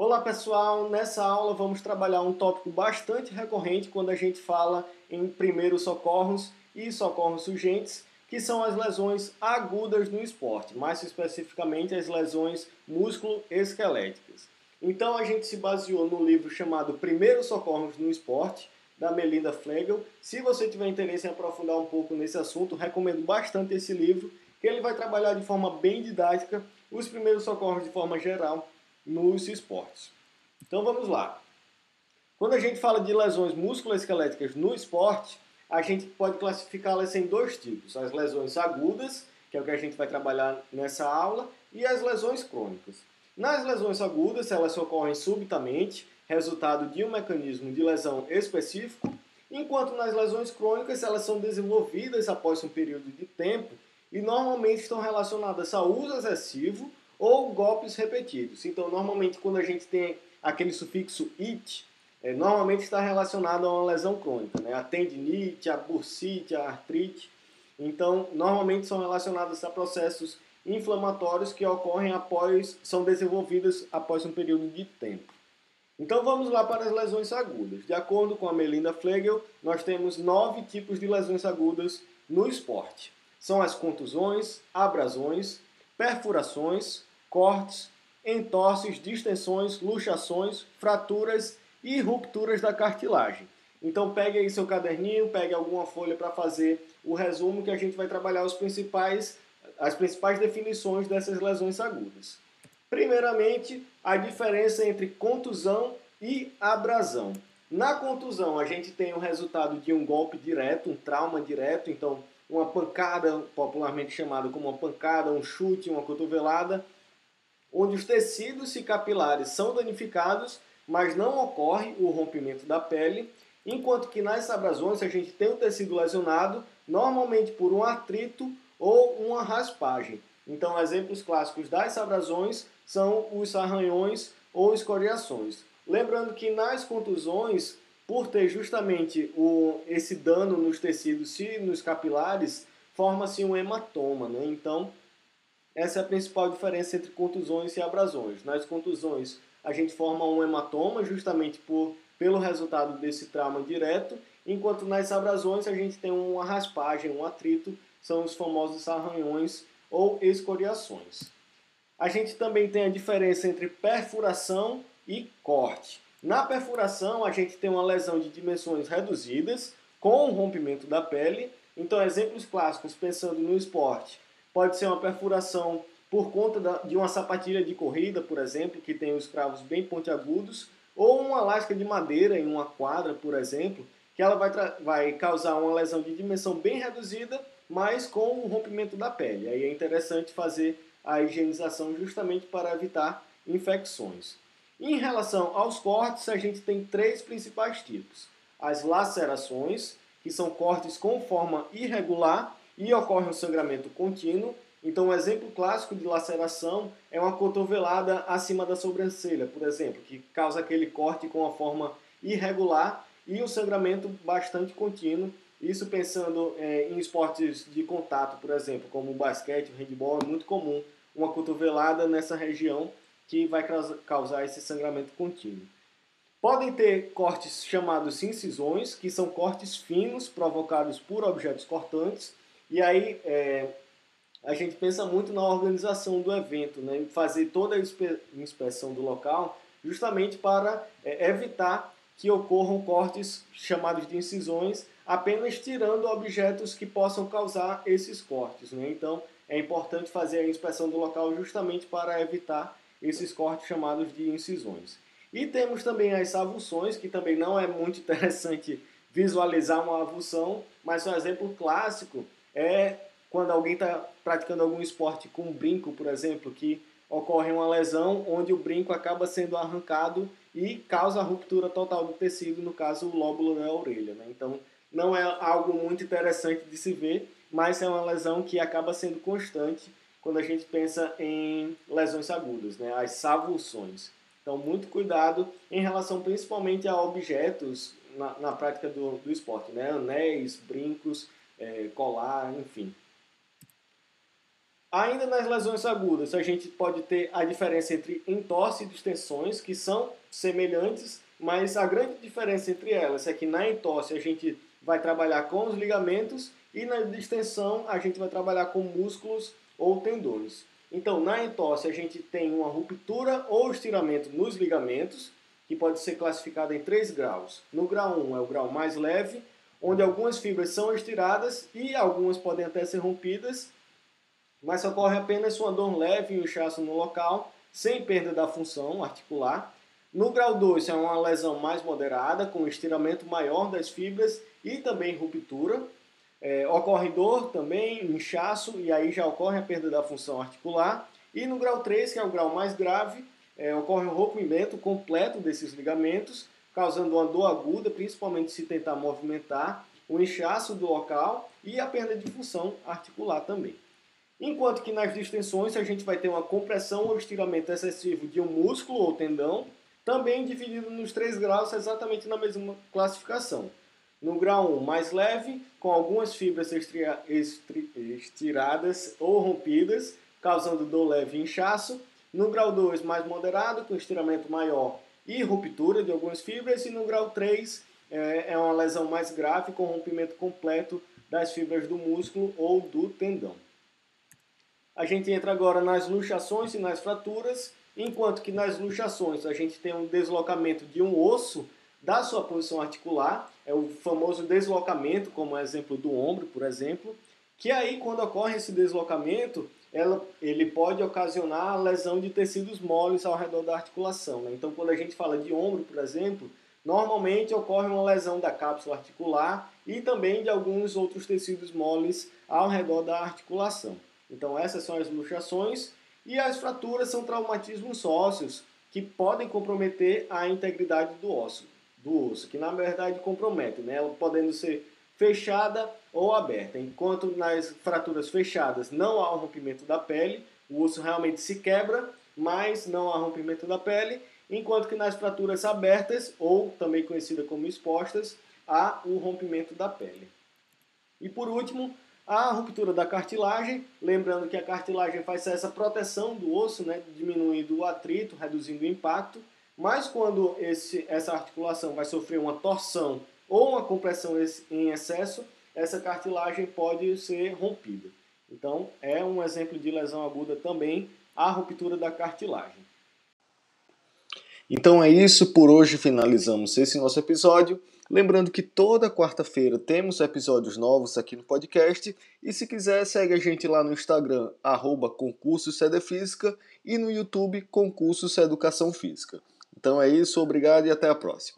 Olá pessoal, nessa aula vamos trabalhar um tópico bastante recorrente quando a gente fala em primeiros socorros e socorros urgentes, que são as lesões agudas no esporte, mais especificamente as lesões músculo-esqueléticas. Então a gente se baseou no livro chamado Primeiros Socorros no Esporte, da Melinda Flegel. Se você tiver interesse em aprofundar um pouco nesse assunto, recomendo bastante esse livro, que ele vai trabalhar de forma bem didática os primeiros socorros de forma geral nos esportes. Então vamos lá. Quando a gente fala de lesões musculoesqueléticas no esporte, a gente pode classificá-las em dois tipos: as lesões agudas, que é o que a gente vai trabalhar nessa aula, e as lesões crônicas. Nas lesões agudas, elas ocorrem subitamente, resultado de um mecanismo de lesão específico, enquanto nas lesões crônicas elas são desenvolvidas após um período de tempo e normalmente estão relacionadas ao uso excessivo ou golpes repetidos. Então, normalmente, quando a gente tem aquele sufixo "it", normalmente está relacionado a uma lesão crônica, né? A tendinite, a bursite, a artrite. Então, normalmente são relacionadas a processos inflamatórios que ocorrem são desenvolvidos após um período de tempo. Então, vamos lá para as lesões agudas. De acordo com a Melinda Flegel, nós temos 9 tipos de lesões agudas no esporte. São as contusões, abrasões, perfurações, cortes, entorses, distensões, luxações, fraturas e rupturas da cartilagem. Então pegue aí seu caderninho, pegue alguma folha para fazer o resumo, que a gente vai trabalhar as principais definições dessas lesões agudas. Primeiramente, a diferença entre contusão e abrasão. Na contusão, a gente tem o resultado de um golpe direto, um trauma direto, então uma pancada, popularmente chamada como uma pancada, um chute, uma cotovelada, onde os tecidos e capilares são danificados, mas não ocorre o rompimento da pele, enquanto que nas abrasões a gente tem o tecido lesionado, normalmente por um atrito ou uma raspagem. Então, exemplos clássicos das abrasões são os arranhões ou escoriações. Lembrando que nas contusões, por ter justamente esse dano nos tecidos e nos capilares, forma-se um hematoma, né? Então, essa é a principal diferença entre contusões e abrasões. Nas contusões, a gente forma um hematoma justamente pelo resultado desse trauma direto, enquanto nas abrasões a gente tem uma raspagem, um atrito, são os famosos arranhões ou escoriações. A gente também tem a diferença entre perfuração e corte. Na perfuração, a gente tem uma lesão de dimensões reduzidas, com o rompimento da pele. Então, exemplos clássicos, pensando no esporte, pode ser uma perfuração por conta de uma sapatilha de corrida, por exemplo, que tem os cravos bem pontiagudos, ou uma lasca de madeira em uma quadra, por exemplo, que ela vai causar uma lesão de dimensão bem reduzida, mas com o rompimento da pele. Aí é interessante fazer a higienização justamente para evitar infecções. Em relação aos cortes, a gente tem 3 principais tipos: as lacerações, que são cortes com forma irregular e ocorre um sangramento contínuo. Então, um exemplo clássico de laceração é uma cotovelada acima da sobrancelha, por exemplo, que causa aquele corte com uma forma irregular e um sangramento bastante contínuo. Isso pensando em esportes de contato, por exemplo, como o basquete, o handebol, é muito comum uma cotovelada nessa região que vai causar esse sangramento contínuo. Podem ter cortes chamados incisões, que são cortes finos provocados por objetos cortantes, e aí a gente pensa muito na organização do evento, né, em fazer toda a inspeção do local, justamente para evitar que ocorram cortes chamados de incisões, apenas tirando objetos que possam causar esses cortes, né? Então, é importante fazer a inspeção do local justamente para evitar esses cortes chamados de incisões. E temos também as avulsões, que também não é muito interessante visualizar uma avulsão, mas um exemplo clássico é quando alguém está praticando algum esporte com um brinco, por exemplo, que ocorre uma lesão onde o brinco acaba sendo arrancado e causa a ruptura total do tecido, no caso o lóbulo da orelha, né? Então, não é algo muito interessante de se ver, mas é uma lesão que acaba sendo constante quando a gente pensa em lesões agudas, né? As avulsões. Então, muito cuidado em relação principalmente a objetos na prática do esporte, né? Anéis, brincos, colar, enfim. Ainda nas lesões agudas, a gente pode ter a diferença entre entorse e distensões, que são semelhantes, mas a grande diferença entre elas é que na entorse a gente vai trabalhar com os ligamentos e na distensão a gente vai trabalhar com músculos ou tendões. Então, na entorse a gente tem uma ruptura ou estiramento nos ligamentos, que pode ser classificado em 3 graus. No grau 1 é o grau mais leve, onde algumas fibras são estiradas e algumas podem até ser rompidas, mas ocorre apenas uma dor leve e um inchaço no local, sem perda da função articular. No grau 2 é uma lesão mais moderada, com estiramento maior das fibras e também ruptura. Ocorre dor também, inchaço, e aí já ocorre a perda da função articular. E no grau 3, que é o grau mais grave, ocorre o rompimento completo desses ligamentos, causando uma dor aguda, principalmente se tentar movimentar, o inchaço do local e a perda de função articular também. Enquanto que nas distensões a gente vai ter uma compressão ou estiramento excessivo de um músculo ou tendão, também dividido nos 3 graus, exatamente na mesma classificação. No grau 1, mais leve, com algumas fibras estiradas ou rompidas, causando dor leve e inchaço. No grau 2, mais moderado, com estiramento maior e ruptura de algumas fibras. E no grau 3, é uma lesão mais grave, com rompimento completo das fibras do músculo ou do tendão. A gente entra agora nas luxações e nas fraturas, enquanto que nas luxações a gente tem um deslocamento de um osso da sua posição articular, é o famoso deslocamento, como é exemplo do ombro, por exemplo, que aí quando ocorre esse deslocamento, ele pode ocasionar a lesão de tecidos moles ao redor da articulação, né? Então quando a gente fala de ombro, por exemplo, normalmente ocorre uma lesão da cápsula articular e também de alguns outros tecidos moles ao redor da articulação. Então essas são as luxações e as fraturas são traumatismos ósseos que podem comprometer a integridade do osso, que na verdade compromete, né? Ela podendo ser fechada ou aberta. Enquanto nas fraturas fechadas não há o rompimento da pele, o osso realmente se quebra, mas não há rompimento da pele, enquanto que nas fraturas abertas, ou também conhecida como expostas, há o rompimento da pele. E por último, a ruptura da cartilagem, lembrando que a cartilagem faz essa proteção do osso, né, diminuindo o atrito, reduzindo o impacto, mas quando essa articulação vai sofrer uma torção ou uma compressão em excesso, essa cartilagem pode ser rompida. Então, é um exemplo de lesão aguda também, a ruptura da cartilagem. Então é isso, por hoje finalizamos esse nosso episódio. Lembrando que toda quarta-feira temos episódios novos aqui no podcast. E se quiser, segue a gente lá no Instagram, @concursosedefísica, e no YouTube, Concursos Educação Física. Então é isso, obrigado e até a próxima.